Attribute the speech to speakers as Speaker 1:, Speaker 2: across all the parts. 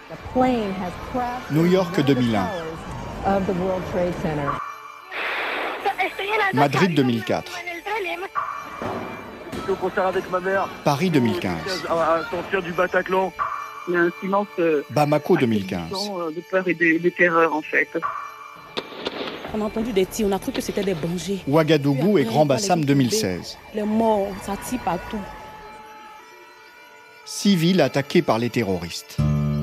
Speaker 1: New York 2001. Madrid 2004.
Speaker 2: J'étais au concert avec ma mère.
Speaker 1: Paris 2015.
Speaker 2: À sortir du Bataclan.
Speaker 3: Il y a un silence
Speaker 1: Bamako 2015.
Speaker 3: de peur et de terreur en fait.
Speaker 4: On a entendu des tirs, on a cru que c'était des dangers.
Speaker 1: Ouagadougou et Grand Bassam 2016.
Speaker 4: Les morts, ça tire partout.
Speaker 1: 6 villes attaquées par les terroristes.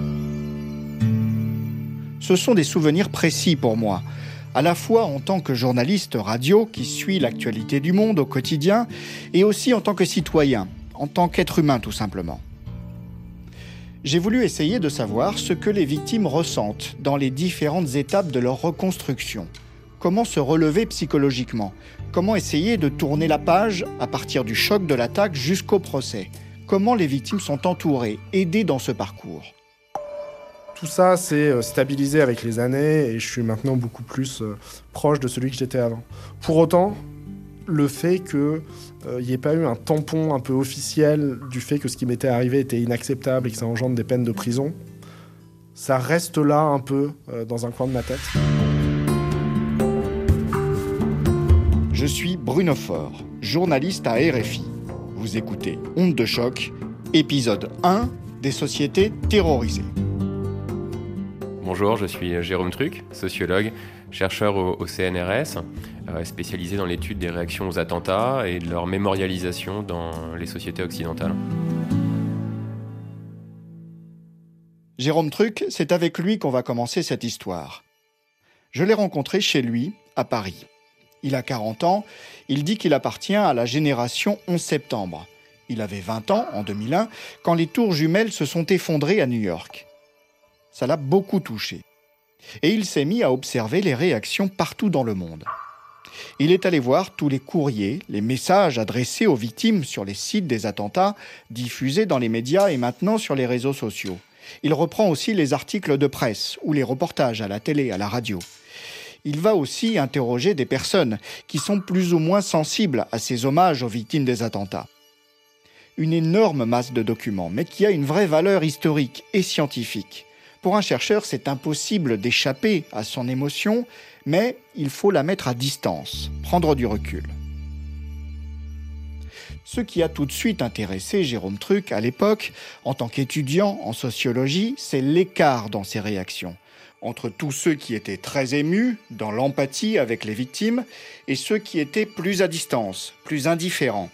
Speaker 1: Ce sont des souvenirs précis pour moi, à la fois en tant que journaliste radio qui suit l'actualité du monde au quotidien, et aussi en tant que citoyen, en tant qu'être humain tout simplement. J'ai voulu essayer de savoir ce que les victimes ressentent dans les différentes étapes de leur reconstruction. Comment se relever psychologiquement ? Comment essayer de tourner la page à partir du choc de l'attaque jusqu'au procès ? Comment les victimes sont entourées, aidées dans ce parcours ?
Speaker 5: Tout ça s'est stabilisé avec les années et je suis maintenant beaucoup plus proche de celui que j'étais avant. Pour autant, le fait qu'il n'y ait pas eu un tampon un peu officiel du fait que ce qui m'était arrivé était inacceptable et que ça engendre des peines de prison, ça reste là un peu dans un coin de ma tête.
Speaker 1: Je suis Bruno Faure, journaliste à RFI. Vous écoutez Onde de choc, épisode 1 des sociétés terrorisées.
Speaker 6: Bonjour, je suis Jérôme Truc, sociologue, chercheur au CNRS, spécialisé dans l'étude des réactions aux attentats et de leur mémorialisation dans les sociétés occidentales.
Speaker 1: Jérôme Truc, c'est avec lui qu'on va commencer cette histoire. Je l'ai rencontré chez lui, à Paris. Il a 40 ans, il dit qu'il appartient à la génération 11 septembre. Il avait 20 ans, en 2001, quand les tours jumelles se sont effondrées à New York. Ça l'a beaucoup touché. Et il s'est mis à observer les réactions partout dans le monde. Il est allé voir tous les courriers, les messages adressés aux victimes sur les sites des attentats, diffusés dans les médias et maintenant sur les réseaux sociaux. Il reprend aussi les articles de presse ou les reportages à la télé, à la radio. Il va aussi interroger des personnes qui sont plus ou moins sensibles à ces hommages aux victimes des attentats. Une énorme masse de documents, mais qui a une vraie valeur historique et scientifique. Pour un chercheur, c'est impossible d'échapper à son émotion, mais il faut la mettre à distance, prendre du recul. Ce qui a tout de suite intéressé Jérôme Truc à l'époque, en tant qu'étudiant en sociologie, c'est l'écart dans ses réactions, entre tous ceux qui étaient très émus, dans l'empathie avec les victimes, et ceux qui étaient plus à distance, plus indifférents.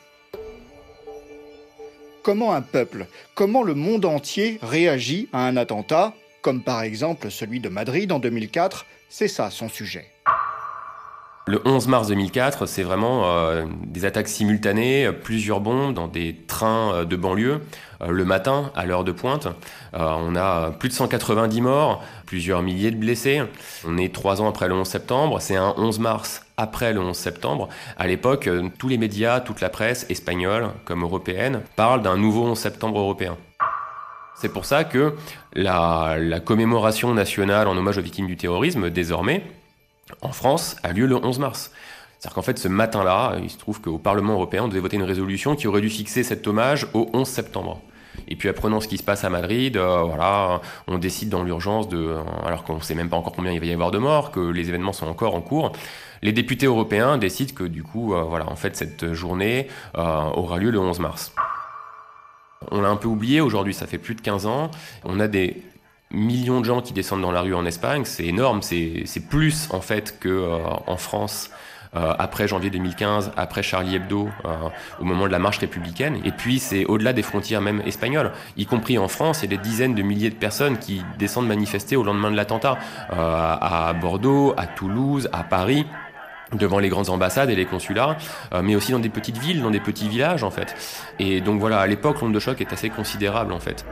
Speaker 1: Comment un peuple, comment le monde entier réagit à un attentat, comme par exemple celui de Madrid en 2004, c'est ça son sujet.
Speaker 6: Le 11 mars 2004, c'est vraiment des attaques simultanées, plusieurs bombes dans des trains de banlieue, le matin, à l'heure de pointe. On a plus de 190 morts, plusieurs milliers de blessés. On est 3 ans après le 11 septembre, c'est un 11 mars après le 11 septembre. À l'époque, tous les médias, toute la presse, espagnole comme européenne, parlent d'un nouveau 11 septembre européen. C'est pour ça que la commémoration nationale en hommage aux victimes du terrorisme, désormais, en France, a lieu le 11 mars. C'est-à-dire qu'en fait, ce matin-là, il se trouve qu'au Parlement européen, on devait voter une résolution qui aurait dû fixer cet hommage au 11 septembre. Et puis apprenant ce qui se passe à Madrid, on décide dans l'urgence, alors qu'on ne sait même pas encore combien il va y avoir de morts, que les événements sont encore en cours, les députés européens décident que du coup, en fait, cette journée aura lieu le 11 mars. On l'a un peu oublié, aujourd'hui ça fait plus de 15 ans, on a des millions de gens qui descendent dans la rue en Espagne, c'est énorme, c'est plus en fait qu'en France après janvier 2015, après Charlie Hebdo, au moment de la marche républicaine. Et puis c'est au-delà des frontières même espagnoles, y compris en France, il y a des dizaines de milliers de personnes qui descendent manifester au lendemain de l'attentat, à Bordeaux, à Toulouse, à Paris, devant les grandes ambassades et les consulats, mais aussi dans des petites villes, dans des petits villages en fait. Et donc voilà, à l'époque, l'onde de choc est assez considérable en fait.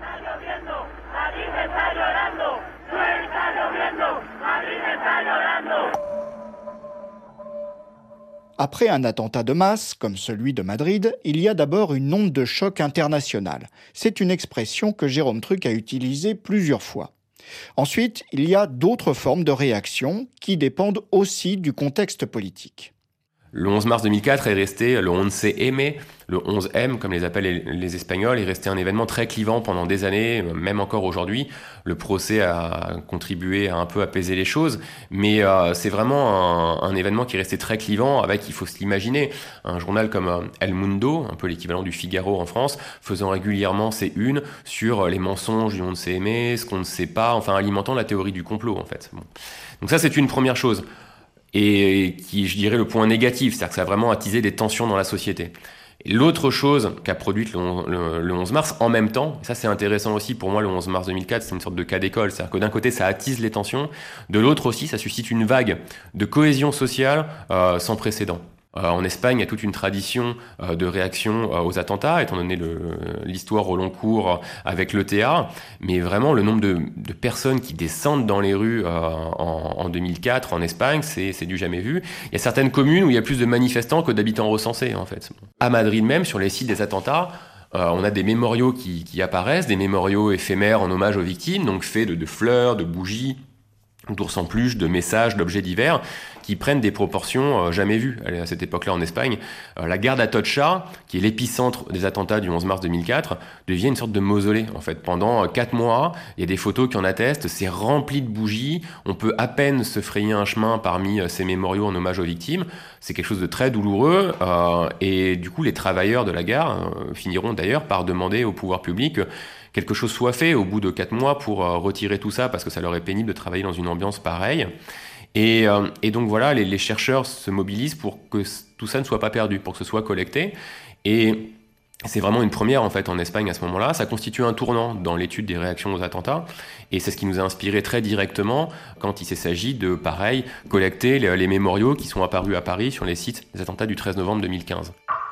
Speaker 1: Après un attentat de masse, comme celui de Madrid, il y a d'abord une onde de choc internationale. C'est une expression que Jérôme Truc a utilisée plusieurs fois. Ensuite, il y a d'autres formes de réaction qui dépendent aussi du contexte politique.
Speaker 6: Le 11 mars 2004 est resté le 11M, le 11M, comme les appellent les Espagnols, est resté un événement très clivant pendant des années, même encore aujourd'hui. Le procès a contribué à un peu apaiser les choses, mais c'est vraiment un événement qui est resté très clivant, avec, il faut se l'imaginer, un journal comme El Mundo, un peu l'équivalent du Figaro en France, faisant régulièrement ses unes sur les mensonges du 11M, ce qu'on ne sait pas, enfin alimentant la théorie du complot, en fait. Bon. Donc ça, c'est une première chose. Et qui, je dirais, le point négatif, c'est-à-dire que ça a vraiment attisé des tensions dans la société. Et l'autre chose qu'a produite le 11 mars, en même temps, et ça c'est intéressant aussi pour moi, le 11 mars 2004, c'est une sorte de cas d'école, c'est-à-dire que d'un côté ça attise les tensions, de l'autre aussi ça suscite une vague de cohésion sociale sans précédent. En Espagne, il y a toute une tradition de réaction aux attentats, étant donné l'histoire au long cours avec l'ETA. Mais vraiment, le nombre de personnes qui descendent dans les rues en 2004 en Espagne, c'est du jamais vu. Il y a certaines communes où il y a plus de manifestants que d'habitants recensés, en fait. À Madrid même, sur les sites des attentats, on a des mémoriaux qui apparaissent, des mémoriaux éphémères en hommage aux victimes, donc faits de fleurs, de bougies, d'ours en peluche, de messages, d'objets divers, qui prennent des proportions jamais vues à cette époque-là en Espagne. La gare d'Atocha, qui est l'épicentre des attentats du 11 mars 2004, devient une sorte de mausolée. En fait, pendant 4 mois, il y a des photos qui en attestent, c'est rempli de bougies, on peut à peine se frayer un chemin parmi ces mémoriaux en hommage aux victimes. C'est quelque chose de très douloureux, et du coup, les travailleurs de la gare finiront d'ailleurs par demander au pouvoir public quelque chose soit fait au bout de 4 mois pour retirer tout ça, parce que ça leur est pénible de travailler dans une ambiance pareille. Et donc voilà, les chercheurs se mobilisent pour que tout ça ne soit pas perdu, pour que ce soit collecté. Et c'est vraiment une première en fait en Espagne à ce moment-là. Ça constitue un tournant dans l'étude des réactions aux attentats. Et c'est ce qui nous a inspiré très directement quand il s'agit de, pareil, collecter les mémoriaux qui sont apparus à Paris sur les sites des attentats du 13 novembre 2015.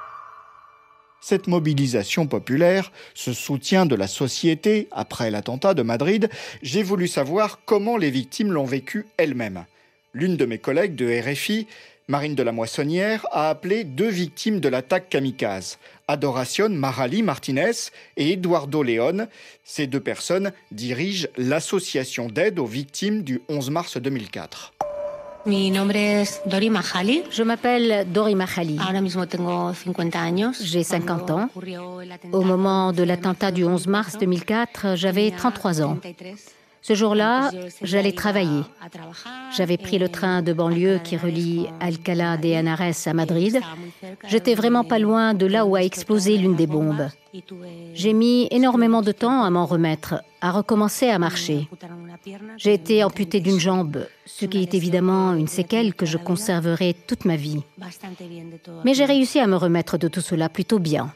Speaker 1: Cette mobilisation populaire, ce soutien de la société après l'attentat de Madrid, j'ai voulu savoir comment les victimes l'ont vécu elles-mêmes. L'une de mes collègues de RFI, Marine de la Moissonnière, a appelé 2 victimes de l'attaque kamikaze, Adoración Marali Martínez et Eduardo León. Ces 2 personnes dirigent l'association d'aide aux victimes du 11 mars 2004.
Speaker 7: Je m'appelle Dori Majali. J'ai 50 ans. Au moment de l'attentat du 11 mars 2004, j'avais 33 ans. Ce jour-là, j'allais travailler. J'avais pris le train de banlieue qui relie Alcalá de Henares à Madrid. J'étais vraiment pas loin de là où a explosé l'une des bombes. J'ai mis énormément de temps à m'en remettre, à recommencer à marcher. J'ai été amputée d'une jambe, ce qui est évidemment une séquelle que je conserverai toute ma vie. Mais j'ai réussi à me remettre de tout cela plutôt bien.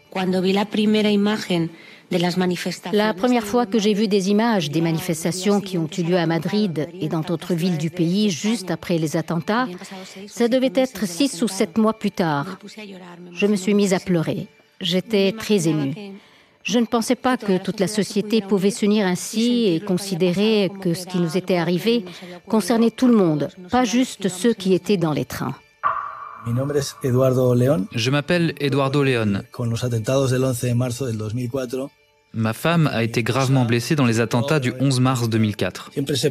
Speaker 7: La première fois que j'ai vu des images des manifestations qui ont eu lieu à Madrid et dans d'autres villes du pays juste après les attentats, ça devait être 6 ou 7 mois plus tard. Je me suis mise à pleurer. J'étais très émue. Je ne pensais pas que toute la société pouvait s'unir ainsi et considérer que ce qui nous était arrivé concernait tout le monde, pas juste ceux qui étaient dans les trains.
Speaker 8: Je m'appelle Eduardo León. Ma femme a été gravement blessée dans les attentats du 11 mars 2004.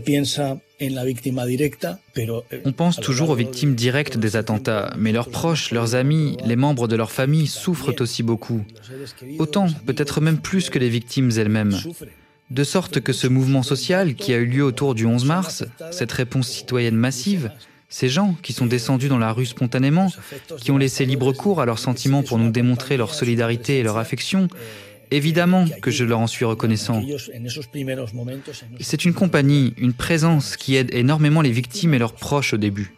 Speaker 8: On pense toujours aux victimes directes des attentats, mais leurs proches, leurs amis, les membres de leur famille souffrent aussi beaucoup. Autant, peut-être même plus que les victimes elles-mêmes. De sorte que ce mouvement social qui a eu lieu autour du 11 mars, cette réponse citoyenne massive, ces gens qui sont descendus dans la rue spontanément, qui ont laissé libre cours à leurs sentiments pour nous démontrer leur solidarité et leur affection, évidemment que je leur en suis reconnaissant. C'est une compagnie, une présence qui aide énormément les victimes et leurs proches au début.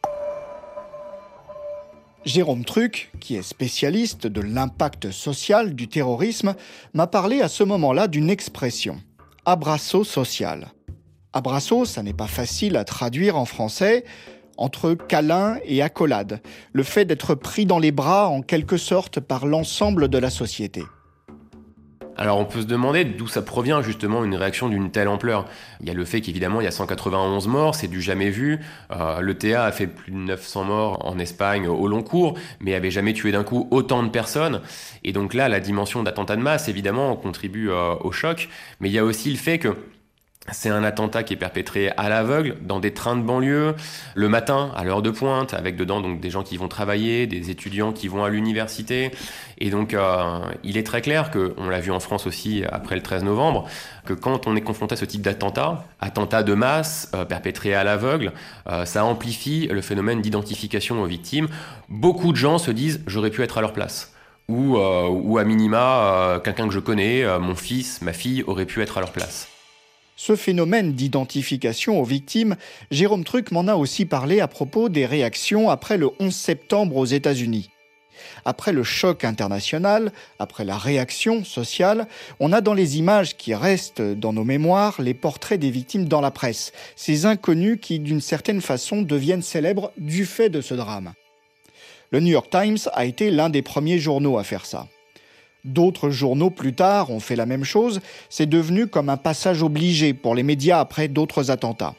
Speaker 1: Jérôme Truc, qui est spécialiste de l'impact social du terrorisme, m'a parlé à ce moment-là d'une expression, abraço social. Abraço, ça n'est pas facile à traduire en français, entre câlin et accolade, le fait d'être pris dans les bras en quelque sorte par l'ensemble de la société.
Speaker 6: Alors on peut se demander d'où ça provient justement une réaction d'une telle ampleur. Il y a le fait qu'évidemment il y a 191 morts, c'est du jamais vu. L'ETA a fait plus de 900 morts en Espagne au long cours, mais avait jamais tué d'un coup autant de personnes. Et donc là, la dimension d'attentat de masse, évidemment, contribue au choc. Mais il y a aussi le fait que C'est un attentat qui est perpétré à l'aveugle, dans des trains de banlieue, le matin, à l'heure de pointe, avec dedans donc des gens qui vont travailler, des étudiants qui vont à l'université. Et donc, il est très clair que, on l'a vu en France aussi après le 13 novembre, que quand on est confronté à ce type attentat de masse, perpétré à l'aveugle, ça amplifie le phénomène d'identification aux victimes. Beaucoup de gens se disent « j'aurais pu être à leur place ». Ou à minima, quelqu'un que je connais, mon fils, ma fille, aurait pu être à leur place.
Speaker 1: Ce phénomène d'identification aux victimes, Jérôme Truc m'en a aussi parlé à propos des réactions après le 11 septembre aux États-Unis. Après le choc international, après la réaction sociale, on a dans les images qui restent dans nos mémoires les portraits des victimes dans la presse, ces inconnus qui, d'une certaine façon, deviennent célèbres du fait de ce drame. Le New York Times a été l'un des premiers journaux à faire ça. D'autres journaux plus tard ont fait la même chose, c'est devenu comme un passage obligé pour les médias après d'autres attentats.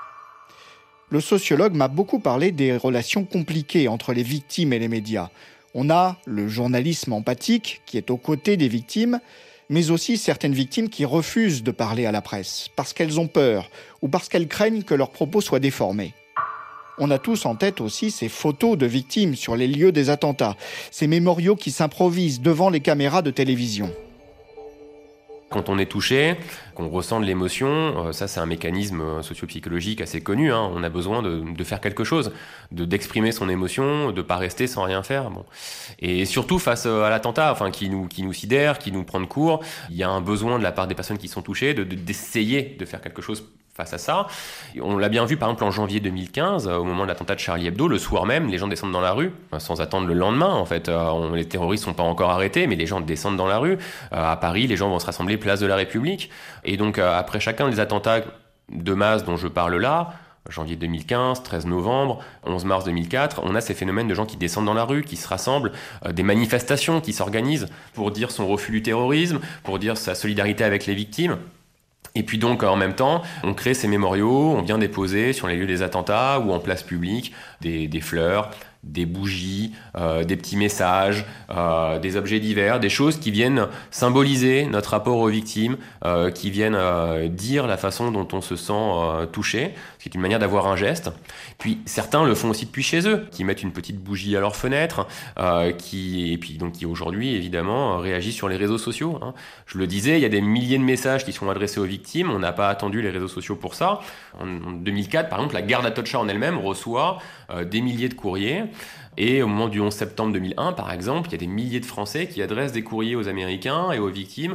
Speaker 1: Le sociologue m'a beaucoup parlé des relations compliquées entre les victimes et les médias. On a le journalisme empathique qui est aux côtés des victimes, mais aussi certaines victimes qui refusent de parler à la presse parce qu'elles ont peur ou parce qu'elles craignent que leurs propos soient déformés. On a tous en tête aussi ces photos de victimes sur les lieux des attentats, ces mémoriaux qui s'improvisent devant les caméras de télévision.
Speaker 6: Quand on est touché, qu'on ressent de l'émotion, ça c'est un mécanisme socio-psychologique assez connu, hein. On a besoin de faire quelque chose, d'exprimer son émotion, de pas rester sans rien faire. Bon. Et surtout face à l'attentat, qui nous sidère, qui nous prend de court, il y a un besoin de la part des personnes qui sont touchées d'essayer de faire quelque chose face à ça. On l'a bien vu par exemple en janvier 2015, au moment de l'attentat de Charlie Hebdo, le soir même, les gens descendent dans la rue, sans attendre le lendemain en fait. Les terroristes sont pas encore arrêtés, mais les gens descendent dans la rue. À Paris, les gens vont se rassembler place de la République. Et donc après chacun des attentats de masse dont je parle là, janvier 2015, 13 novembre, 11 mars 2004, on a ces phénomènes de gens qui descendent dans la rue, qui se rassemblent, des manifestations qui s'organisent pour dire son refus du terrorisme, pour dire sa solidarité avec les victimes. Et puis donc, en même temps, on crée ces mémoriaux, on vient déposer sur les lieux des attentats ou en place publique des fleurs, des bougies, des petits messages, des objets divers, des choses qui viennent symboliser notre rapport aux victimes, qui viennent dire la façon dont on se sent touché, ce qui est une manière d'avoir un geste. Puis certains le font aussi depuis chez eux, qui mettent une petite bougie à leur fenêtre, qui aujourd'hui évidemment réagissent sur les réseaux sociaux. Hein. Je le disais, il y a des milliers de messages qui sont adressés aux victimes, on n'a pas attendu les réseaux sociaux pour ça. En 2004, par exemple, la gare d'Atocha en elle-même reçoit des milliers de courriers. Et au moment du 11 septembre 2001, par exemple, il y a des milliers de Français qui adressent des courriers aux Américains et aux victimes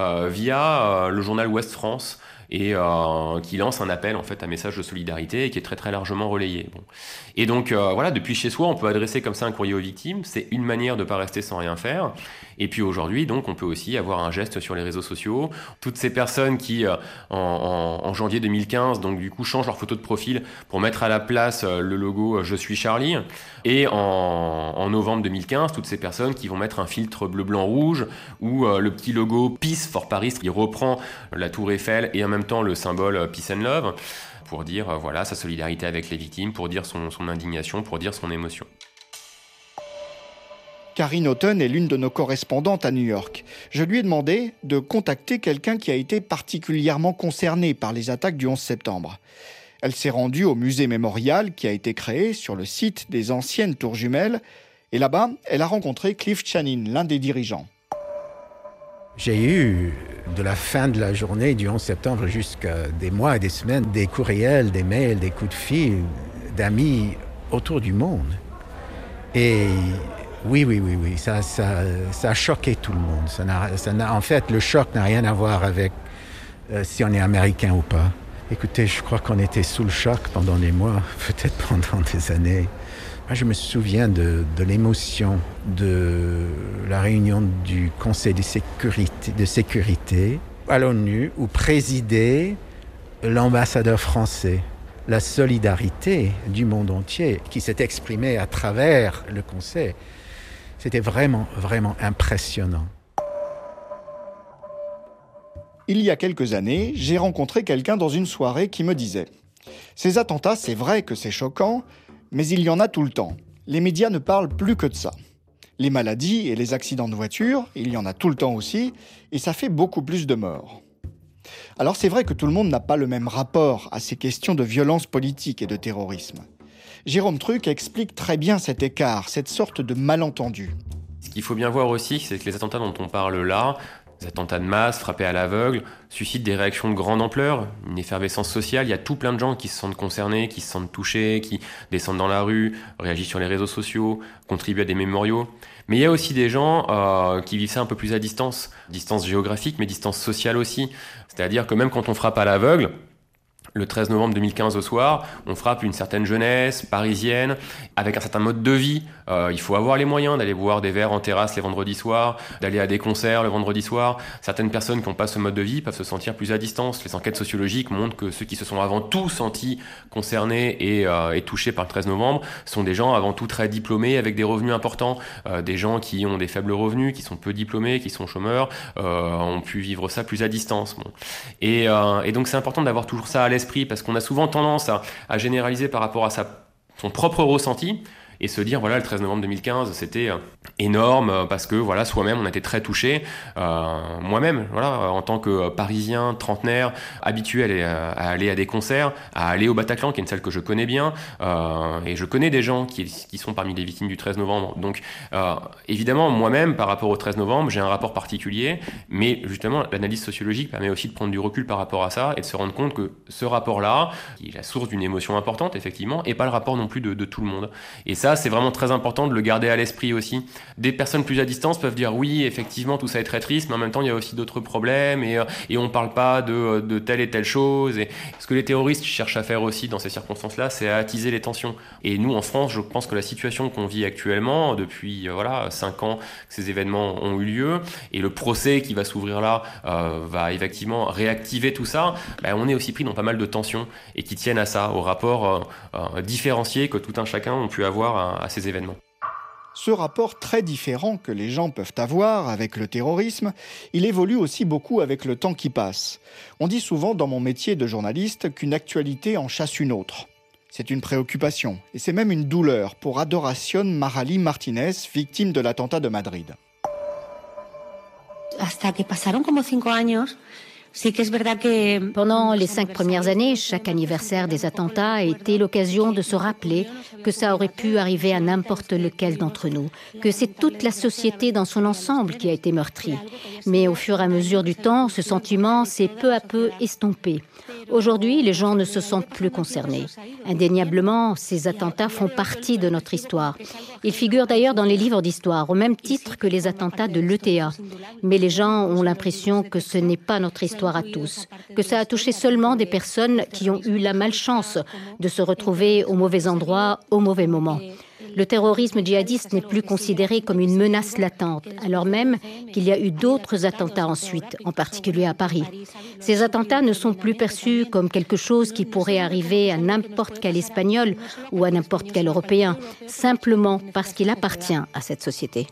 Speaker 6: via le journal Ouest France et qui lance un appel en fait à message de solidarité et qui est très très largement relayé. Bon. Et donc depuis chez soi, on peut adresser comme ça un courrier aux victimes. C'est une manière de ne pas rester sans rien faire. Et puis aujourd'hui, donc, on peut aussi avoir un geste sur les réseaux sociaux. Toutes ces personnes qui, en janvier 2015, donc du coup, changent leur photo de profil pour mettre à la place le logo « Je suis Charlie ». Et en novembre 2015, toutes ces personnes qui vont mettre un filtre bleu-blanc-rouge ou le petit logo « Peace for Paris » qui reprend la tour Eiffel et en même temps le symbole « Peace and Love » pour dire sa solidarité avec les victimes, pour dire son indignation, pour dire son émotion.
Speaker 1: Karine Houghton est l'une de nos correspondantes à New York. Je lui ai demandé de contacter quelqu'un qui a été particulièrement concerné par les attaques du 11 septembre. Elle s'est rendue au musée mémorial qui a été créé sur le site des anciennes tours jumelles. Et là-bas, elle a rencontré Cliff Channing, l'un des dirigeants.
Speaker 9: J'ai eu, de la fin de la journée du 11 septembre jusqu'à des mois et des semaines, des courriels, des mails, des coups de fil d'amis autour du monde. Et oui, ça a choqué tout le monde. En fait, le choc n'a rien à voir avec si on est américain ou pas. Écoutez, je crois qu'on était sous le choc pendant des mois, peut-être pendant des années. Moi, je me souviens de l'émotion de la réunion du Conseil de sécurité à l'ONU où présidait l'ambassadeur français. La solidarité du monde entier qui s'est exprimée à travers le Conseil. C'était vraiment, vraiment impressionnant.
Speaker 1: Il y a quelques années, j'ai rencontré quelqu'un dans une soirée qui me disait « Ces attentats, c'est vrai que c'est choquant, mais il y en a tout le temps. Les médias ne parlent plus que de ça. Les maladies et les accidents de voiture, il y en a tout le temps aussi, et ça fait beaucoup plus de morts. » Alors c'est vrai que tout le monde n'a pas le même rapport à ces questions de violence politique et de terrorisme. Jérôme Truc explique très bien cet écart, cette sorte de malentendu.
Speaker 6: Ce qu'il faut bien voir aussi, c'est que les attentats dont on parle là, les attentats de masse, frappés à l'aveugle, suscitent des réactions de grande ampleur, une effervescence sociale. Il y a tout plein de gens qui se sentent concernés, qui se sentent touchés, qui descendent dans la rue, réagissent sur les réseaux sociaux, contribuent à des mémoriaux. Mais il y a aussi des gens qui vivent ça un peu plus à distance géographique, mais distance sociale aussi. C'est-à-dire que même quand on frappe à l'aveugle, le 13 novembre 2015 au soir, on frappe une certaine jeunesse parisienne avec un certain mode de vie. Il faut avoir les moyens d'aller boire des verres en terrasse les vendredis soirs, d'aller à des concerts le vendredi soir. Certaines personnes qui n'ont pas ce mode de vie peuvent se sentir plus à distance. Les enquêtes sociologiques montrent que ceux qui se sont avant tout sentis concernés et touchés par le 13 novembre sont des gens avant tout très diplômés avec des revenus importants. Des gens qui ont des faibles revenus, qui sont peu diplômés, qui sont chômeurs, ont pu vivre ça plus à distance. Bon. Et donc c'est important d'avoir toujours ça à l'esprit parce qu'on a souvent tendance à généraliser par rapport à son propre ressenti et se dire voilà le 13 novembre 2015 c'était énorme parce que voilà soi-même on a été très touché. Moi-même voilà en tant que Parisien trentenaire habitué à aller à des concerts, à aller au Bataclan qui est une salle que je connais bien et je connais des gens qui sont parmi les victimes du 13 novembre donc évidemment moi-même par rapport au 13 novembre j'ai un rapport particulier mais justement l'analyse sociologique permet aussi de prendre du recul par rapport à ça et de se rendre compte que ce rapport-là qui est la source d'une émotion importante effectivement et pas le rapport non plus de tout le monde et ça c'est vraiment très important de le garder à l'esprit aussi. Des personnes plus à distance peuvent dire oui, effectivement, tout ça est très triste, mais en même temps, il y a aussi d'autres problèmes et on ne parle pas de telle et telle chose. Et ce que les terroristes cherchent à faire aussi dans ces circonstances-là, c'est à attiser les tensions. Et nous, en France, je pense que la situation qu'on vit actuellement, depuis 5 ans que ces événements ont eu lieu, et le procès qui va s'ouvrir là va effectivement réactiver tout ça, on est aussi pris dans pas mal de tensions et qui tiennent à ça, au rapport différencié que tout un chacun ont pu avoir à ces événements.
Speaker 1: Ce rapport très différent que les gens peuvent avoir avec le terrorisme, il évolue aussi beaucoup avec le temps qui passe. On dit souvent dans mon métier de journaliste qu'une actualité en chasse une autre. C'est une préoccupation et c'est même une douleur pour Adoración Maralí Martínez, victime de l'attentat de Madrid.
Speaker 10: Hasta que pasaron como 5 años.
Speaker 7: Pendant les 5 premières années, chaque anniversaire des attentats a été l'occasion de se rappeler que ça aurait pu arriver à n'importe lequel d'entre nous, que c'est toute la société dans son ensemble qui a été meurtrie. Mais au fur et à mesure du temps, ce sentiment s'est peu à peu estompé. Aujourd'hui, les gens ne se sentent plus concernés. Indéniablement, ces attentats font partie de notre histoire. Ils figurent d'ailleurs dans les livres d'histoire, au même titre que les attentats de l'ETA. Mais les gens ont l'impression que ce n'est pas notre histoire à tous, que ça a touché seulement des personnes qui ont eu la malchance de se retrouver au mauvais endroit, au mauvais moment. Le terrorisme djihadiste n'est plus considéré comme une menace latente, alors même qu'il y a eu d'autres attentats ensuite, en particulier à Paris. Ces attentats ne sont plus perçus comme quelque chose qui pourrait arriver à n'importe quel Espagnol ou à n'importe quel Européen, simplement parce qu'il appartient à cette société.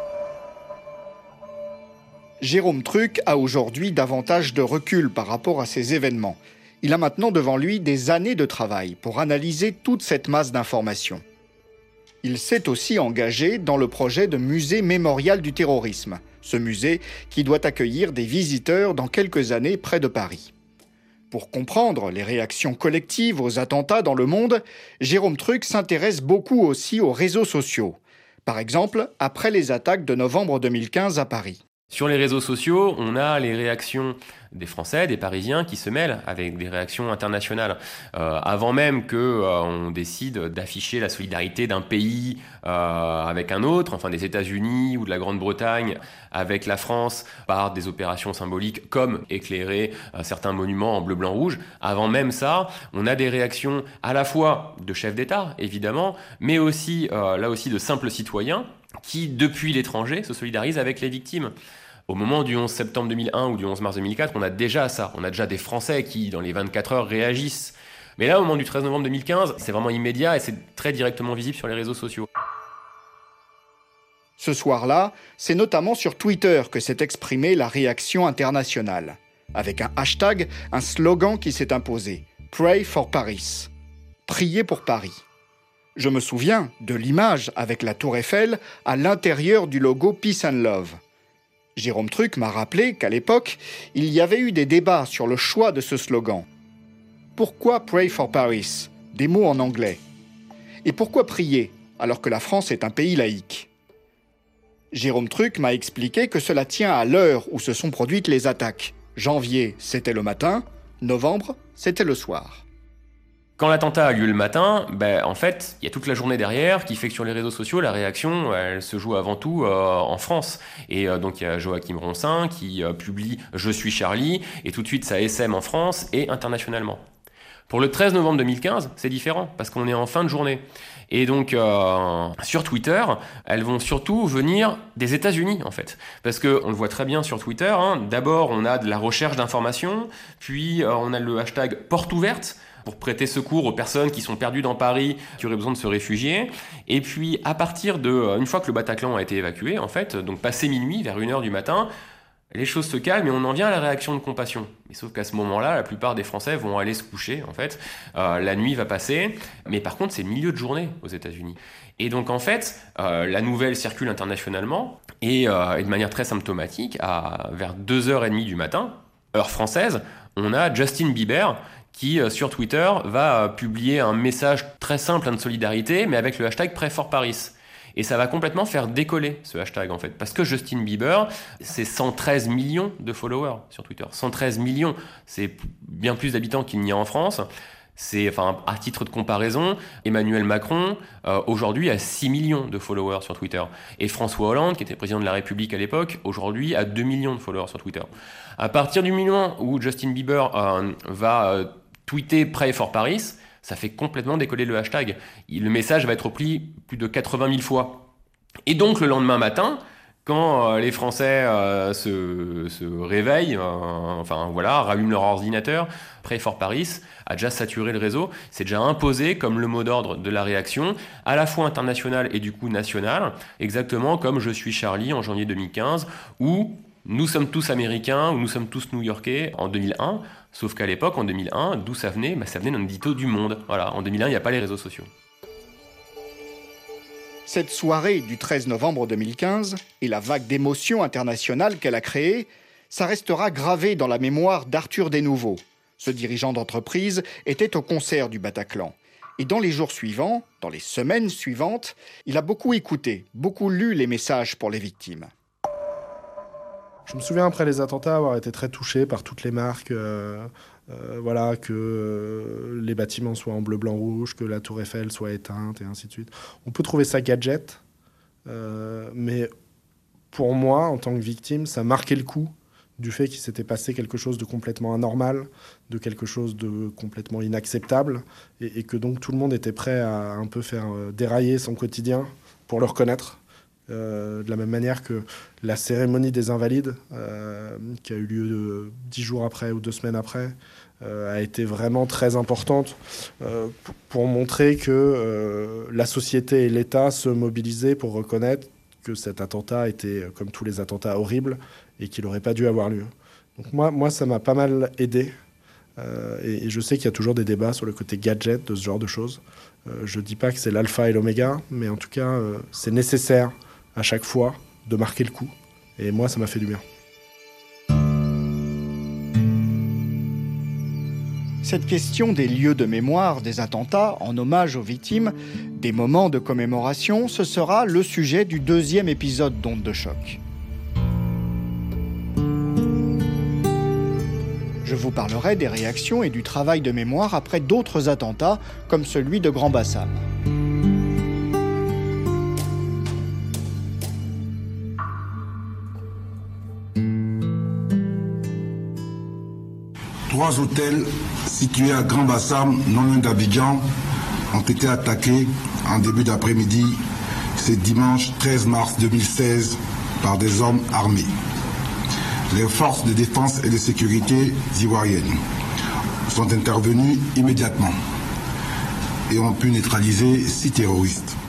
Speaker 1: Jérôme Truc a aujourd'hui davantage de recul par rapport à ces événements. Il a maintenant devant lui des années de travail pour analyser toute cette masse d'informations. Il s'est aussi engagé dans le projet de musée mémorial du terrorisme, ce musée qui doit accueillir des visiteurs dans quelques années près de Paris. Pour comprendre les réactions collectives aux attentats dans le monde, Jérôme Truc s'intéresse beaucoup aussi aux réseaux sociaux. Par exemple, après les attaques de novembre 2015 à Paris.
Speaker 6: Sur les réseaux sociaux, on a les réactions des Français, des Parisiens qui se mêlent avec des réactions internationales. Avant même qu'on décide d'afficher la solidarité d'un pays avec un autre, enfin des États-Unis ou de la Grande-Bretagne avec la France par des opérations symboliques comme éclairer certains monuments en bleu, blanc, rouge. Avant même ça, on a des réactions à la fois de chefs d'État, évidemment, mais aussi, là aussi, de simples citoyens qui, depuis l'étranger, se solidarisent avec les victimes. Au moment du 11 septembre 2001 ou du 11 mars 2004, on a déjà ça. On a déjà des Français qui, dans les 24 heures, réagissent. Mais là, au moment du 13 novembre 2015, c'est vraiment immédiat et c'est très directement visible sur les réseaux sociaux.
Speaker 1: Ce soir-là, c'est notamment sur Twitter que s'est exprimée la réaction internationale. Avec un hashtag, un slogan qui s'est imposé. « Pray for Paris ». Priez pour Paris. Je me souviens de l'image avec la Tour Eiffel à l'intérieur du logo Peace and Love. Jérôme Truc m'a rappelé qu'à l'époque, il y avait eu des débats sur le choix de ce slogan. Pourquoi Pray for Paris ? Des mots en anglais. Et pourquoi prier, alors que la France est un pays laïque ? Jérôme Truc m'a expliqué que cela tient à l'heure où se sont produites les attaques. Janvier, c'était le matin, novembre, c'était le soir.
Speaker 6: Quand l'attentat a lieu le matin, en fait, il y a toute la journée derrière qui fait que sur les réseaux sociaux, la réaction, elle se joue avant tout en France. Et donc il y a Joachim Ronsin qui publie « Je suis Charlie » et tout de suite ça essaime en France et internationalement. Pour le 13 novembre 2015, c'est différent parce qu'on est en fin de journée. Et donc sur Twitter, elles vont surtout venir des États-Unis en fait, parce que on le voit très bien sur Twitter. D'abord, on a de la recherche d'informations, puis on a le hashtag porte ouverte pour prêter secours aux personnes qui sont perdues dans Paris, qui auraient besoin de se réfugier. Et puis à partir de une fois que le Bataclan a été évacué, en fait, donc passé minuit, vers 1h du matin. Les choses se calment et on en vient à la réaction de compassion. Mais sauf qu'à ce moment-là, la plupart des Français vont aller se coucher, en fait. La nuit va passer. Mais par contre, c'est le milieu de journée aux États-Unis. Et donc, en fait, la nouvelle circule internationalement et de manière très symptomatique, vers 2h30 du matin, heure française, on a Justin Bieber qui, sur Twitter, va publier un message très simple de solidarité, mais avec le hashtag Pray for Paris. Et ça va complètement faire décoller ce hashtag en fait. Parce que Justin Bieber, c'est 113 millions de followers sur Twitter. 113 millions, c'est bien plus d'habitants qu'il n'y a en France. À titre de comparaison, Emmanuel Macron, aujourd'hui, a 6 millions de followers sur Twitter. Et François Hollande, qui était président de la République à l'époque, aujourd'hui, a 2 millions de followers sur Twitter. À partir du moment où Justin Bieber va tweeter Pray for Paris, ça fait complètement décoller le hashtag. Le message va être repris plus de 80 000 fois. Et donc, le lendemain matin, quand les Français se réveillent, rallument leur ordinateur, Pray for Paris a déjà saturé le réseau, c'est déjà imposé comme le mot d'ordre de la réaction, à la fois internationale et du coup nationale, exactement comme Je suis Charlie en janvier 2015, ou Nous sommes tous américains, ou Nous sommes tous new-yorkais en 2001, sauf qu'à l'époque, en 2001, d'où ça venait ? Ça venait d'un édito du Monde. Voilà, en 2001, il n'y a pas les réseaux sociaux.
Speaker 1: Cette soirée du 13 novembre 2015 et la vague d'émotions internationales qu'elle a créée, ça restera gravé dans la mémoire d'Arthur Desnouveau. Ce dirigeant d'entreprise était au concert du Bataclan. Et dans les jours suivants, dans les semaines suivantes, il a beaucoup écouté, beaucoup lu les messages pour les victimes.
Speaker 5: Je me souviens, après les attentats, avoir été très touché par toutes les marques, que les bâtiments soient en bleu, blanc, rouge, que la tour Eiffel soit éteinte, et ainsi de suite. On peut trouver ça gadget, mais pour moi, en tant que victime, ça marquait le coup du fait qu'il s'était passé quelque chose de complètement anormal, de quelque chose de complètement inacceptable, et que donc tout le monde était prêt à un peu faire dérailler son quotidien pour le reconnaître. De la même manière que la cérémonie des Invalides, qui a eu lieu 10 jours après ou 2 semaines après, a été vraiment très importante pour montrer que la société et l'État se mobilisaient pour reconnaître que cet attentat était, comme tous les attentats, horrible et qu'il n'aurait pas dû avoir lieu. Donc moi ça m'a pas mal aidé. Et je sais qu'il y a toujours des débats sur le côté gadget de ce genre de choses. Je ne dis pas que c'est l'alpha et l'oméga, mais en tout cas, c'est nécessaire à chaque fois de marquer le coup. Et moi, ça m'a fait du bien.
Speaker 1: Cette question des lieux de mémoire des attentats en hommage aux victimes, des moments de commémoration, ce sera le sujet du 2e épisode d'Ondes de choc. Je vous parlerai des réactions et du travail de mémoire après d'autres attentats, comme celui de Grand Bassam.
Speaker 11: Trois hôtels situés à Grand Bassam, non loin d'Abidjan, ont été attaqués en début d'après-midi, ce dimanche 13 mars 2016, par des hommes armés. Les forces de défense et de sécurité ivoiriennes sont intervenues immédiatement et ont pu neutraliser 6 terroristes.